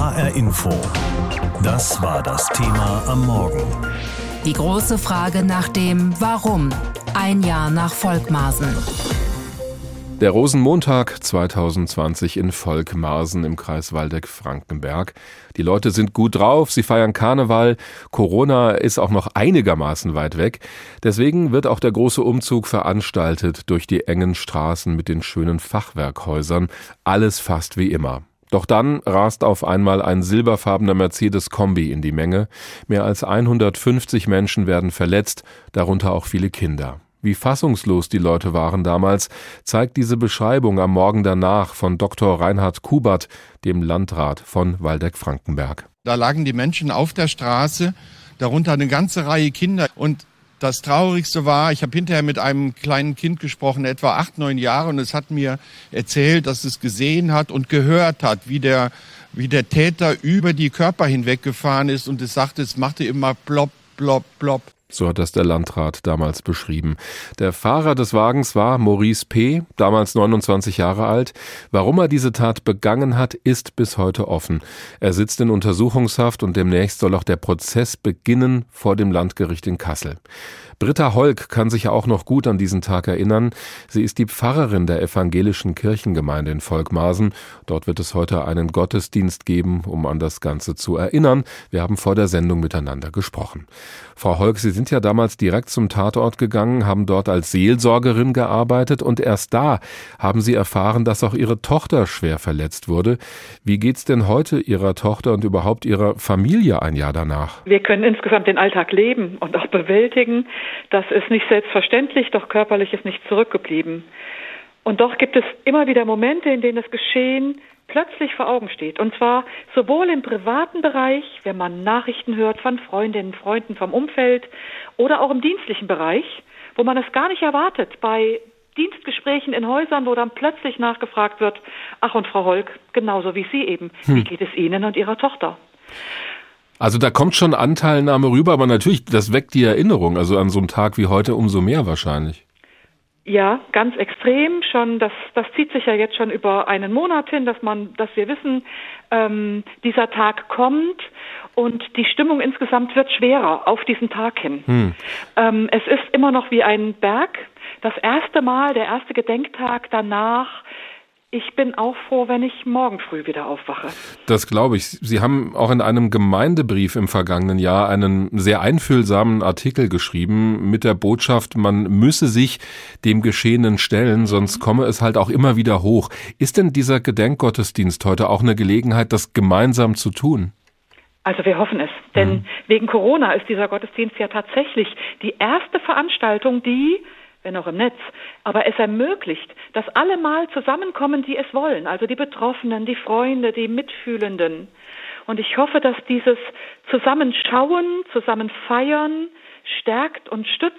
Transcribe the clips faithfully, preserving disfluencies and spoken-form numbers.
H R Info. Das war das Thema am Morgen. Die große Frage nach dem Warum. Ein Jahr nach Volkmarsen. Der Rosenmontag zweitausendzwanzig in Volkmarsen im Kreis Waldeck-Frankenberg. Die Leute sind gut drauf, sie feiern Karneval. Corona ist auch noch einigermaßen weit weg. Deswegen wird auch der große Umzug veranstaltet durch die engen Straßen mit den schönen Fachwerkhäusern. Alles fast wie immer. Doch dann rast auf einmal ein silberfarbener Mercedes-Kombi in die Menge. Mehr als hundertfünfzig Menschen werden verletzt, darunter auch viele Kinder. Wie fassungslos die Leute waren damals, zeigt diese Beschreibung am Morgen danach von Doktor Reinhard Kubert, dem Landrat von Waldeck-Frankenberg. Da lagen die Menschen auf der Straße, darunter eine ganze Reihe Kinder. Und das Traurigste war, ich habe hinterher mit einem kleinen Kind gesprochen, etwa acht, neun Jahre, und es hat mir erzählt, dass es gesehen hat und gehört hat, wie der, wie der Täter über die Körper hinweg gefahren ist, und es sagte, es machte immer plopp, plopp, plopp. So hat das der Landrat damals beschrieben. Der Fahrer des Wagens war Maurice P., damals neunundzwanzig Jahre alt. Warum er diese Tat begangen hat, ist bis heute offen. Er sitzt in Untersuchungshaft und demnächst soll auch der Prozess beginnen vor dem Landgericht in Kassel. Britta Holk kann sich auch noch gut an diesen Tag erinnern. Sie ist die Pfarrerin der evangelischen Kirchengemeinde in Volkmarsen. Dort wird es heute einen Gottesdienst geben, um an das Ganze zu erinnern. Wir haben vor der Sendung miteinander gesprochen. Frau Holk, Sie sind ja damals direkt zum Tatort gegangen, haben dort als Seelsorgerin gearbeitet und erst da haben Sie erfahren, dass auch Ihre Tochter schwer verletzt wurde. Wie geht's denn heute Ihrer Tochter und überhaupt Ihrer Familie ein Jahr danach? Wir können insgesamt den Alltag leben und auch bewältigen. Das ist nicht selbstverständlich, doch körperlich ist nichts zurückgeblieben. Und doch gibt es immer wieder Momente, in denen das Geschehen plötzlich vor Augen steht. Und zwar sowohl im privaten Bereich, wenn man Nachrichten hört von Freundinnen, Freunden vom Umfeld, oder auch im dienstlichen Bereich, wo man es gar nicht erwartet, bei Dienstgesprächen in Häusern, wo dann plötzlich nachgefragt wird, ach und Frau Holk, genauso wie Sie eben, hm. wie geht es Ihnen und Ihrer Tochter? Also da kommt schon Anteilnahme rüber, aber natürlich, das weckt die Erinnerung, also an so einem Tag wie heute umso mehr wahrscheinlich. Ja, ganz extrem schon. Das, das zieht sich ja jetzt schon über einen Monat hin, dass man, dass wir wissen, ähm, dieser Tag kommt und die Stimmung insgesamt wird schwerer auf diesen Tag hin. Hm. Ähm, es ist immer noch wie ein Berg. Das erste Mal, der erste Gedenktag danach. Ich bin auch froh, wenn ich morgen früh wieder aufwache. Das glaube ich. Sie haben auch in einem Gemeindebrief im vergangenen Jahr einen sehr einfühlsamen Artikel geschrieben mit der Botschaft, man müsse sich dem Geschehenen stellen, sonst komme es halt auch immer wieder hoch. Ist denn dieser Gedenkgottesdienst heute auch eine Gelegenheit, das gemeinsam zu tun? Also wir hoffen es, denn mhm. wegen Corona ist dieser Gottesdienst ja tatsächlich die erste Veranstaltung, die, wenn auch im Netz, aber es ermöglicht, dass alle mal zusammenkommen, die es wollen, also die Betroffenen, die Freunde, die Mitfühlenden. Und ich hoffe, dass dieses Zusammenschauen, Zusammenfeiern stärkt und stützt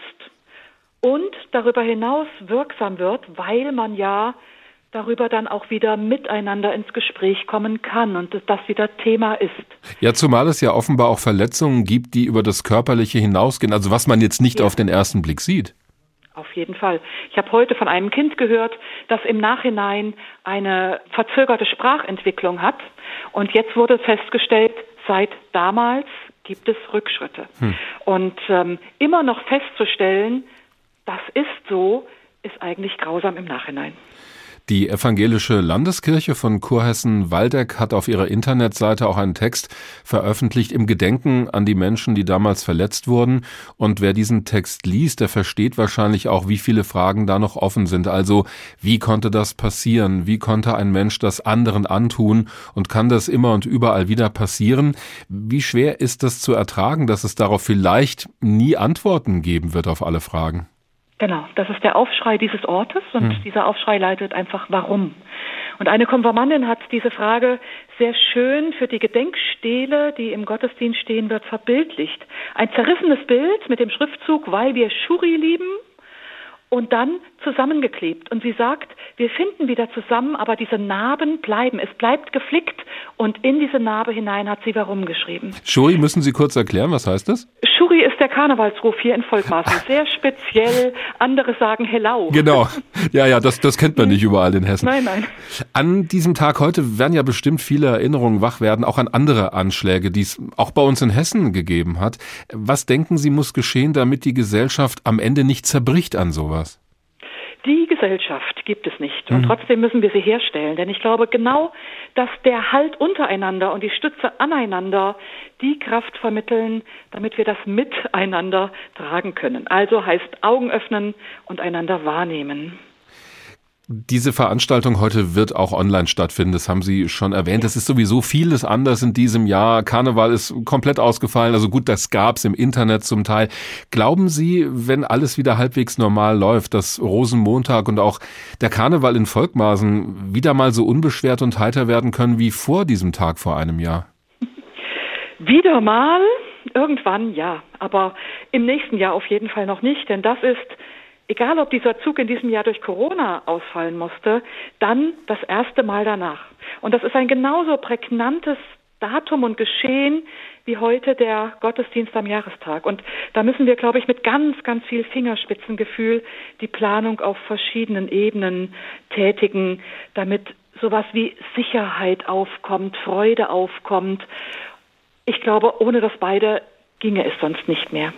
und darüber hinaus wirksam wird, weil man ja darüber dann auch wieder miteinander ins Gespräch kommen kann und das wieder Thema ist. Ja, zumal es ja offenbar auch Verletzungen gibt, die über das Körperliche hinausgehen, also was man jetzt nicht ja. auf den ersten Blick sieht. Auf jeden Fall. Ich habe heute von einem Kind gehört, das im Nachhinein eine verzögerte Sprachentwicklung hat. Und jetzt wurde festgestellt, seit damals gibt es Rückschritte. Hm. Und ähm, immer noch festzustellen, das ist so, ist eigentlich grausam im Nachhinein. Die evangelische Landeskirche von Kurhessen-Waldeck hat auf ihrer Internetseite auch einen Text veröffentlicht im Gedenken an die Menschen, die damals verletzt wurden. Und wer diesen Text liest, der versteht wahrscheinlich auch, wie viele Fragen da noch offen sind. Also, wie konnte das passieren? Wie konnte ein Mensch das anderen antun? Und kann das immer und überall wieder passieren? Wie schwer ist das zu ertragen, dass es darauf vielleicht nie Antworten geben wird auf alle Fragen? Genau, das ist der Aufschrei dieses Ortes und hm. dieser Aufschrei leitet einfach warum. Und eine Konfirmandin hat diese Frage sehr schön für die Gedenkstele, die im Gottesdienst stehen wird, verbildlicht. Ein zerrissenes Bild mit dem Schriftzug, weil wir Schuri lieben, und dann zusammengeklebt. Und sie sagt, wir finden wieder zusammen, aber diese Narben bleiben. Es bleibt geflickt Und in diese Narbe hinein hat sie Warum geschrieben. Shuri, müssen Sie kurz erklären, was heißt das? Shuri ist der Karnevalsruf hier in Volkmaßen. Sehr speziell, andere sagen Hello. Genau, ja, ja, das, das kennt man nicht überall in Hessen. Nein, nein. An diesem Tag heute werden ja bestimmt viele Erinnerungen wach werden, auch an andere Anschläge, die es auch bei uns in Hessen gegeben hat. Was denken Sie, muss geschehen, damit die Gesellschaft am Ende nicht zerbricht an sowas? Die Gesellschaft gibt es nicht und mhm. trotzdem müssen wir sie herstellen, denn ich glaube genau, dass der Halt untereinander und die Stütze aneinander die Kraft vermitteln, damit wir das Miteinander tragen können. Also heißt Augen öffnen und einander wahrnehmen. Diese Veranstaltung heute wird auch online stattfinden, das haben Sie schon erwähnt. Es ist sowieso vieles anders in diesem Jahr. Karneval ist komplett ausgefallen, also gut, das gab's im Internet zum Teil. Glauben Sie, wenn alles wieder halbwegs normal läuft, dass Rosenmontag und auch der Karneval in Volkmaßen wieder mal so unbeschwert und heiter werden können wie vor diesem Tag vor einem Jahr? Wieder mal? Irgendwann ja, aber im nächsten Jahr auf jeden Fall noch nicht, denn das ist, egal ob dieser Zug in diesem Jahr durch Corona ausfallen musste, dann das erste Mal danach. Und das ist ein genauso prägnantes Datum und Geschehen wie heute der Gottesdienst am Jahrestag. Und da müssen wir, glaube ich, mit ganz, ganz viel Fingerspitzengefühl die Planung auf verschiedenen Ebenen tätigen, damit sowas wie Sicherheit aufkommt, Freude aufkommt. Ich glaube, ohne das beide ginge es sonst nicht mehr.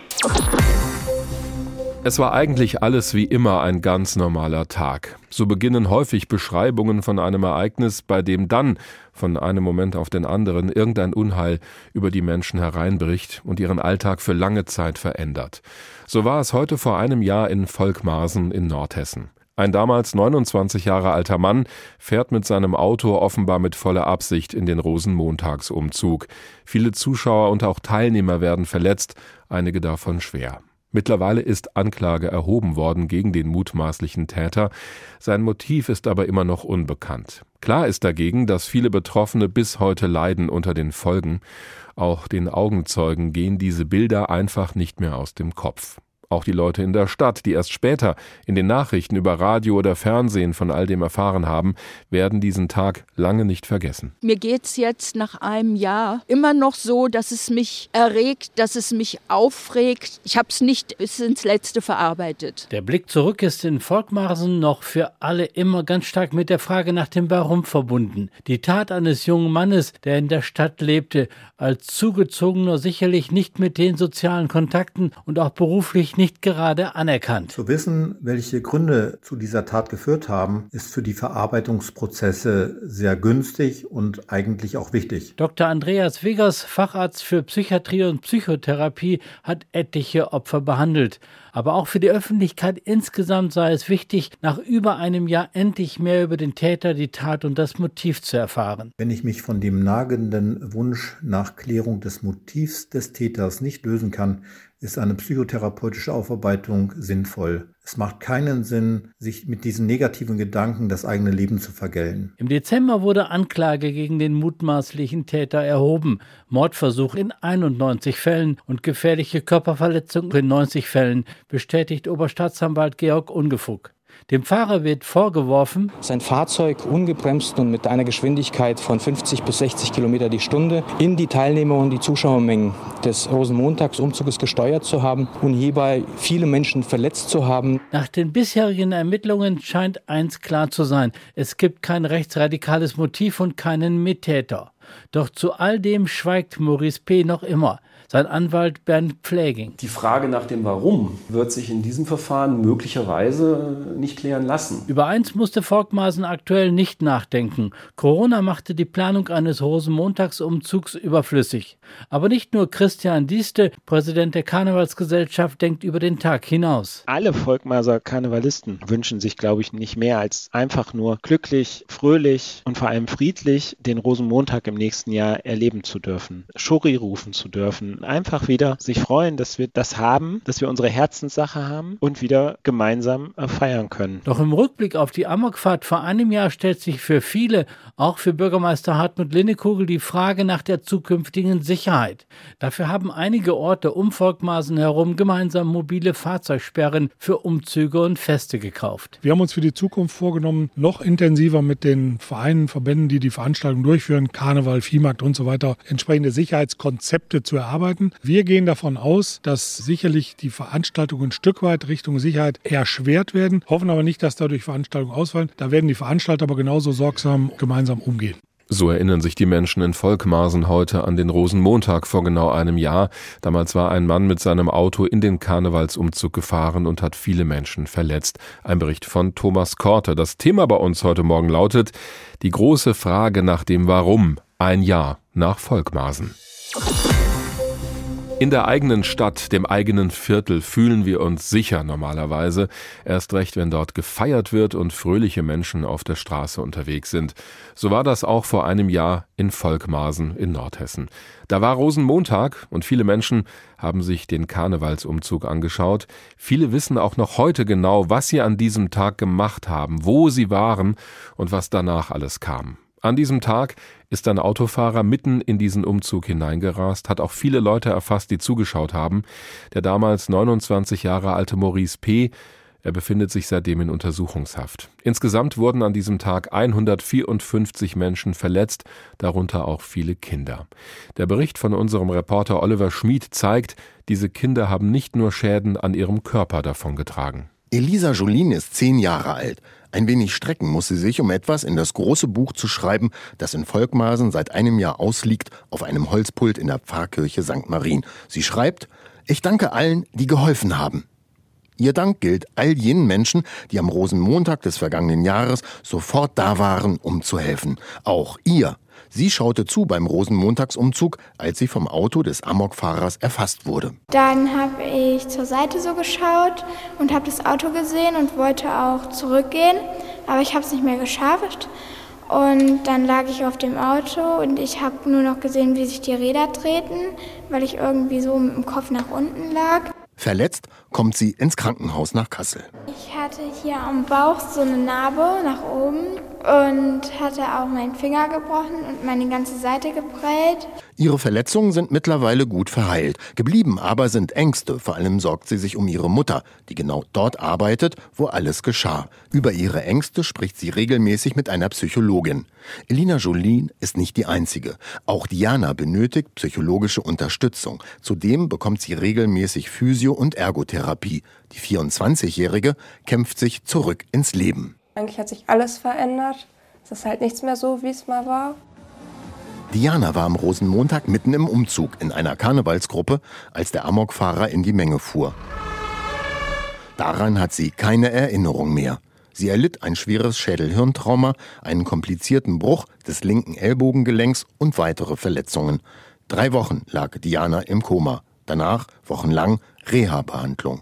Es war eigentlich alles wie immer ein ganz normaler Tag. So beginnen häufig Beschreibungen von einem Ereignis, bei dem dann von einem Moment auf den anderen irgendein Unheil über die Menschen hereinbricht und ihren Alltag für lange Zeit verändert. So war es heute vor einem Jahr in Volkmaßen in Nordhessen. Ein damals neunundzwanzig Jahre alter Mann fährt mit seinem Auto offenbar mit voller Absicht in den Rosenmontagsumzug. Viele Zuschauer und auch Teilnehmer werden verletzt, einige davon schwer. Mittlerweile ist Anklage erhoben worden gegen den mutmaßlichen Täter. Sein Motiv ist aber immer noch unbekannt. Klar ist dagegen, dass viele Betroffene bis heute leiden unter den Folgen. Auch den Augenzeugen gehen diese Bilder einfach nicht mehr aus dem Kopf. Auch die Leute in der Stadt, die erst später in den Nachrichten über Radio oder Fernsehen von all dem erfahren haben, werden diesen Tag lange nicht vergessen. Mir geht's jetzt nach einem Jahr immer noch so, dass es mich erregt, dass es mich aufregt. Ich habe es nicht bis ins Letzte verarbeitet. Der Blick zurück ist in Volkmaßen noch für alle immer ganz stark mit der Frage nach dem Warum verbunden. Die Tat eines jungen Mannes, der in der Stadt lebte, als Zugezogener sicherlich nicht mit den sozialen Kontakten und auch beruflich nicht gerade anerkannt. Zu wissen, welche Gründe zu dieser Tat geführt haben, ist für die Verarbeitungsprozesse sehr günstig und eigentlich auch wichtig. Doktor Andreas Wegers, Facharzt für Psychiatrie und Psychotherapie, hat etliche Opfer behandelt. Aber auch für die Öffentlichkeit insgesamt sei es wichtig, nach über einem Jahr endlich mehr über den Täter, die Tat und das Motiv zu erfahren. Wenn ich mich von dem nagenden Wunsch nach Klärung des Motivs des Täters nicht lösen kann, ist eine psychotherapeutische Aufarbeitung sinnvoll. Es macht keinen Sinn, sich mit diesen negativen Gedanken das eigene Leben zu vergällen. Im Dezember wurde Anklage gegen den mutmaßlichen Täter erhoben. Mordversuch in einundneunzig Fällen und gefährliche Körperverletzung in neunzig Fällen, bestätigt Oberstaatsanwalt Georg Ungefug. Dem Fahrer wird vorgeworfen, sein Fahrzeug ungebremst und mit einer Geschwindigkeit von fünfzig bis sechzig Kilometer die Stunde in die Teilnehmer und die Zuschauermengen des Rosenmontagsumzuges gesteuert zu haben und hierbei viele Menschen verletzt zu haben. Nach den bisherigen Ermittlungen scheint eins klar zu sein: Es gibt kein rechtsradikales Motiv und keinen Mittäter. Doch zu all dem schweigt Maurice P. noch immer. Sein Anwalt Bernd Pfläging. Die Frage nach dem Warum wird sich in diesem Verfahren möglicherweise nicht klären lassen. Über eins musste Volkmaßen aktuell nicht nachdenken. Corona machte die Planung eines Rosenmontagsumzugs überflüssig. Aber nicht nur Christian Dieste, Präsident der Karnevalsgesellschaft, denkt über den Tag hinaus. Alle Volkmaßer Karnevalisten wünschen sich, glaube ich, nicht mehr als einfach nur glücklich, fröhlich und vor allem friedlich den Rosenmontag im nächsten Jahr erleben zu dürfen, Shuri rufen zu dürfen, und einfach wieder sich freuen, dass wir das haben, dass wir unsere Herzenssache haben und wieder gemeinsam äh, feiern können. Doch im Rückblick auf die Amokfahrt vor einem Jahr stellt sich für viele, auch für Bürgermeister Hartmut Linnekugel, die Frage nach der zukünftigen Sicherheit. Dafür haben einige Orte um Volkmarsen herum gemeinsam mobile Fahrzeugsperren für Umzüge und Feste gekauft. Wir haben uns für die Zukunft vorgenommen, noch intensiver mit den Vereinen, Verbänden, die die Veranstaltung durchführen, Karneval, Viehmarkt und so weiter, entsprechende Sicherheitskonzepte zu erarbeiten. Wir gehen davon aus, dass sicherlich die Veranstaltungen ein Stück weit Richtung Sicherheit erschwert werden, hoffen aber nicht, dass dadurch Veranstaltungen ausfallen. Da werden die Veranstalter aber genauso sorgsam gemeinsam umgehen. So erinnern sich die Menschen in Volkmarsen heute an den Rosenmontag vor genau einem Jahr. Damals war ein Mann mit seinem Auto in den Karnevalsumzug gefahren und hat viele Menschen verletzt. Ein Bericht von Thomas Korte. Das Thema bei uns heute Morgen lautet: die große Frage nach dem Warum. Ein Jahr nach Volkmarsen. In der eigenen Stadt, dem eigenen Viertel fühlen wir uns sicher normalerweise. Erst recht, wenn dort gefeiert wird und fröhliche Menschen auf der Straße unterwegs sind. So war das auch vor einem Jahr in Volkmarsen in Nordhessen. Da war Rosenmontag und viele Menschen haben sich den Karnevalsumzug angeschaut. Viele wissen auch noch heute genau, was sie an diesem Tag gemacht haben, wo sie waren und was danach alles kam. An diesem Tag ist ein Autofahrer mitten in diesen Umzug hineingerast, hat auch viele Leute erfasst, die zugeschaut haben. Der damals neunundzwanzig Jahre alte Maurice P., er befindet sich seitdem in Untersuchungshaft. Insgesamt wurden an diesem Tag hundertvierundfünfzig Menschen verletzt, darunter auch viele Kinder. Der Bericht von unserem Reporter Oliver Schmid zeigt, diese Kinder haben nicht nur Schäden an ihrem Körper davongetragen. Elisa Jolin ist zehn Jahre alt. Ein wenig strecken muss sie sich, um etwas in das große Buch zu schreiben, das in Volkmarsen seit einem Jahr ausliegt, auf einem Holzpult in der Pfarrkirche Sankt Marien. Sie schreibt: Ich danke allen, die geholfen haben. Ihr Dank gilt all jenen Menschen, die am Rosenmontag des vergangenen Jahres sofort da waren, um zu helfen. Auch ihr. Sie schaute zu beim Rosenmontagsumzug, als sie vom Auto des Amokfahrers erfasst wurde. Dann habe ich zur Seite so geschaut und habe das Auto gesehen und wollte auch zurückgehen, aber ich habe es nicht mehr geschafft. Und dann lag ich auf dem Auto und ich habe nur noch gesehen, wie sich die Räder drehten, weil ich irgendwie so mit dem Kopf nach unten lag. Verletzt kommt sie ins Krankenhaus nach Kassel. Ich hatte hier am Bauch so eine Narbe nach oben und hatte auch meinen Finger gebrochen und meine ganze Seite geprellt. Ihre Verletzungen sind mittlerweile gut verheilt. Geblieben aber sind Ängste. Vor allem sorgt sie sich um ihre Mutter, die genau dort arbeitet, wo alles geschah. Über ihre Ängste spricht sie regelmäßig mit einer Psychologin. Elina Jolin ist nicht die einzige. Auch Diana benötigt psychologische Unterstützung. Zudem bekommt sie regelmäßig Physio- und Ergotherapie. Die vierundzwanzigjährige kämpft sich zurück ins Leben. Eigentlich hat sich alles verändert. Es ist halt nichts mehr so, wie es mal war. Diana war am Rosenmontag mitten im Umzug in einer Karnevalsgruppe, als der Amokfahrer in die Menge fuhr. Daran hat sie keine Erinnerung mehr. Sie erlitt ein schweres Schädel-Hirntrauma, einen komplizierten Bruch des linken Ellbogengelenks und weitere Verletzungen. Drei Wochen lag Diana im Koma. Danach wochenlang Reha-Behandlung.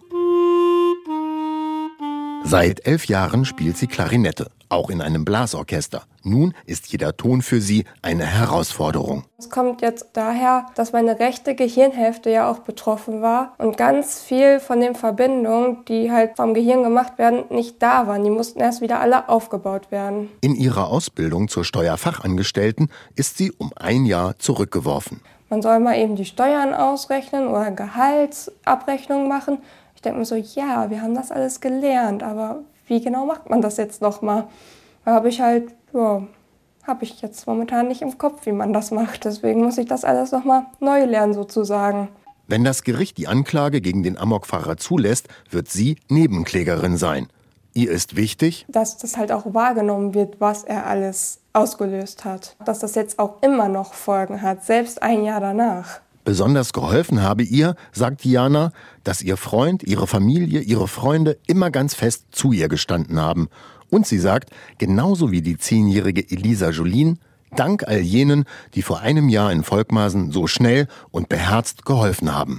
Seit elf Jahren spielt sie Klarinette, auch in einem Blasorchester. Nun ist jeder Ton für sie eine Herausforderung. Es kommt jetzt daher, dass meine rechte Gehirnhälfte ja auch betroffen war und ganz viel von den Verbindungen, die halt vom Gehirn gemacht werden, nicht da waren. Die mussten erst wieder alle aufgebaut werden. In ihrer Ausbildung zur Steuerfachangestellten ist sie um ein Jahr zurückgeworfen. Man soll mal eben die Steuern ausrechnen oder Gehaltsabrechnung machen. Ich denke mir so, ja, wir haben das alles gelernt, aber wie genau macht man das jetzt nochmal? Da habe ich halt, ja, habe ich jetzt momentan nicht im Kopf, wie man das macht. Deswegen muss ich das alles nochmal neu lernen sozusagen. Wenn das Gericht die Anklage gegen den Amokfahrer zulässt, wird sie Nebenklägerin sein. Ihr ist wichtig, dass das halt auch wahrgenommen wird, was er alles ausgelöst hat. Dass das jetzt auch immer noch Folgen hat, selbst ein Jahr danach. Besonders geholfen habe ihr, sagt Diana, dass ihr Freund, ihre Familie, ihre Freunde immer ganz fest zu ihr gestanden haben. Und sie sagt, genauso wie die zehnjährige Elisa Jolin, Dank all jenen, die vor einem Jahr in Volkmarsen so schnell und beherzt geholfen haben.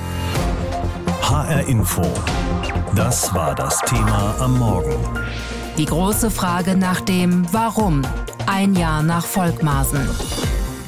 H R Info. Das war das Thema am Morgen. Die große Frage nach dem Warum. Ein Jahr nach Volkmarsen.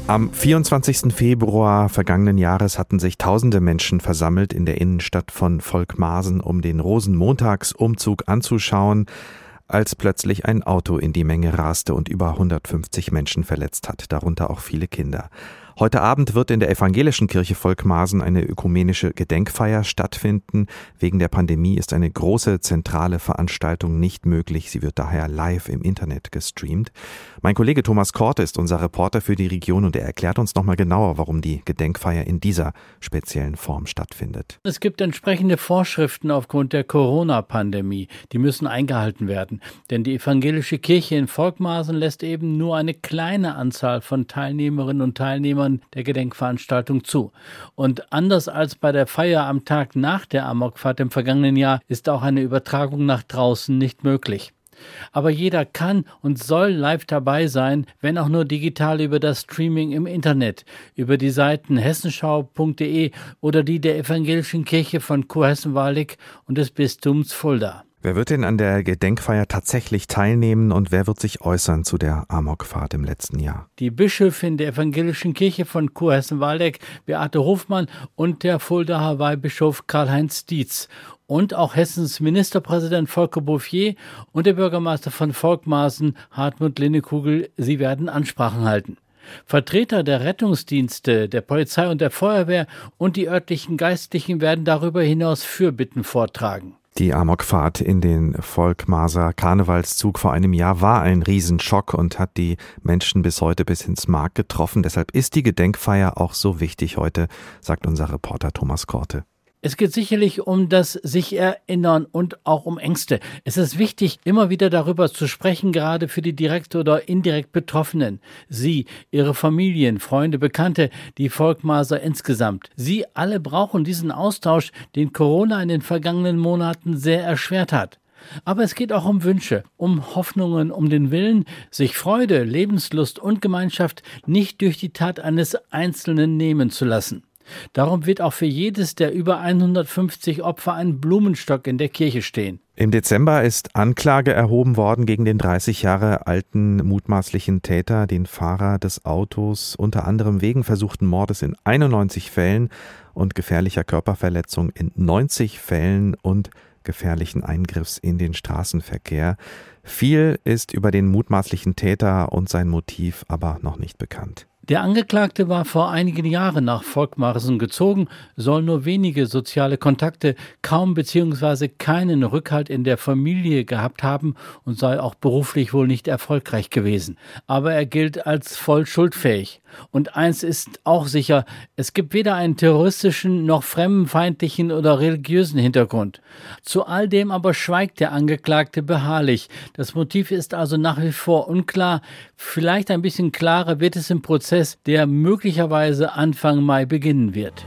Am vierundzwanzigsten Februar vergangenen Jahres hatten sich tausende Menschen versammelt in der Innenstadt von Volkmarsen, um den Rosenmontagsumzug anzuschauen, als plötzlich ein Auto in die Menge raste und über hundertfünfzig Menschen verletzt hat, darunter auch viele Kinder. Heute Abend wird in der evangelischen Kirche Volkmarsen eine ökumenische Gedenkfeier stattfinden. Wegen der Pandemie ist eine große zentrale Veranstaltung nicht möglich. Sie wird daher live im Internet gestreamt. Mein Kollege Thomas Korte ist unser Reporter für die Region und er erklärt uns nochmal genauer, warum die Gedenkfeier in dieser speziellen Form stattfindet. Es gibt entsprechende Vorschriften aufgrund der Corona-Pandemie. Die müssen eingehalten werden. Denn die evangelische Kirche in Volkmarsen lässt eben nur eine kleine Anzahl von Teilnehmerinnen und Teilnehmern der Gedenkveranstaltung zu. Und anders als bei der Feier am Tag nach der Amokfahrt im vergangenen Jahr ist auch eine Übertragung nach draußen nicht möglich. Aber jeder kann und soll live dabei sein, wenn auch nur digital über das Streaming im Internet, über die Seiten hessenschau punkt de oder die der evangelischen Kirche von Kurhessen-Waldeck und des Bistums Fulda. Wer wird denn an der Gedenkfeier tatsächlich teilnehmen und wer wird sich äußern zu der Amokfahrt im letzten Jahr? Die Bischöfin der evangelischen Kirche von Kurhessen-Waldeck, Beate Hofmann, und der Fuldaer Weihbischof Karl-Heinz Dietz. Und auch Hessens Ministerpräsident Volker Bouffier und der Bürgermeister von Volkmarsen, Hartmut Linnekugel, sie werden Ansprachen halten. Vertreter der Rettungsdienste, der Polizei und der Feuerwehr und die örtlichen Geistlichen werden darüber hinaus Fürbitten vortragen. Die Amokfahrt in den Volkmarser Karnevalszug vor einem Jahr war ein Riesenschock und hat die Menschen bis heute bis ins Mark getroffen. Deshalb ist die Gedenkfeier auch so wichtig heute, sagt unser Reporter Thomas Korte. Es geht sicherlich um das sich erinnern und auch um Ängste. Es ist wichtig, immer wieder darüber zu sprechen, gerade für die direkt oder indirekt Betroffenen. Sie, ihre Familien, Freunde, Bekannte, die Volkmarser insgesamt. Sie alle brauchen diesen Austausch, den Corona in den vergangenen Monaten sehr erschwert hat. Aber es geht auch um Wünsche, um Hoffnungen, um den Willen, sich Freude, Lebenslust und Gemeinschaft nicht durch die Tat eines Einzelnen nehmen zu lassen. Darum wird auch für jedes der über hundertfünfzig Opfer ein Blumenstock in der Kirche stehen. Im Dezember ist Anklage erhoben worden gegen den dreißig Jahre alten mutmaßlichen Täter, den Fahrer des Autos, unter anderem wegen versuchten Mordes in einundneunzig Fällen und gefährlicher Körperverletzung in neunzig Fällen und gefährlichen Eingriffs in den Straßenverkehr. Viel ist über den mutmaßlichen Täter und sein Motiv aber noch nicht bekannt. Der Angeklagte war vor einigen Jahren nach Volkmarsen gezogen, soll nur wenige soziale Kontakte, kaum bzw. keinen Rückhalt in der Familie gehabt haben und sei auch beruflich wohl nicht erfolgreich gewesen. Aber er gilt als voll schuldfähig. Und eins ist auch sicher, es gibt weder einen terroristischen noch fremdenfeindlichen oder religiösen Hintergrund. Zu all dem aber schweigt der Angeklagte beharrlich. Das Motiv ist also nach wie vor unklar. Vielleicht ein bisschen klarer wird es im Prozess, der möglicherweise Anfang Mai beginnen wird.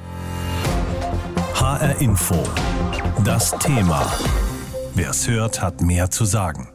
H R Info. Das Thema. Wer es hört, hat mehr zu sagen.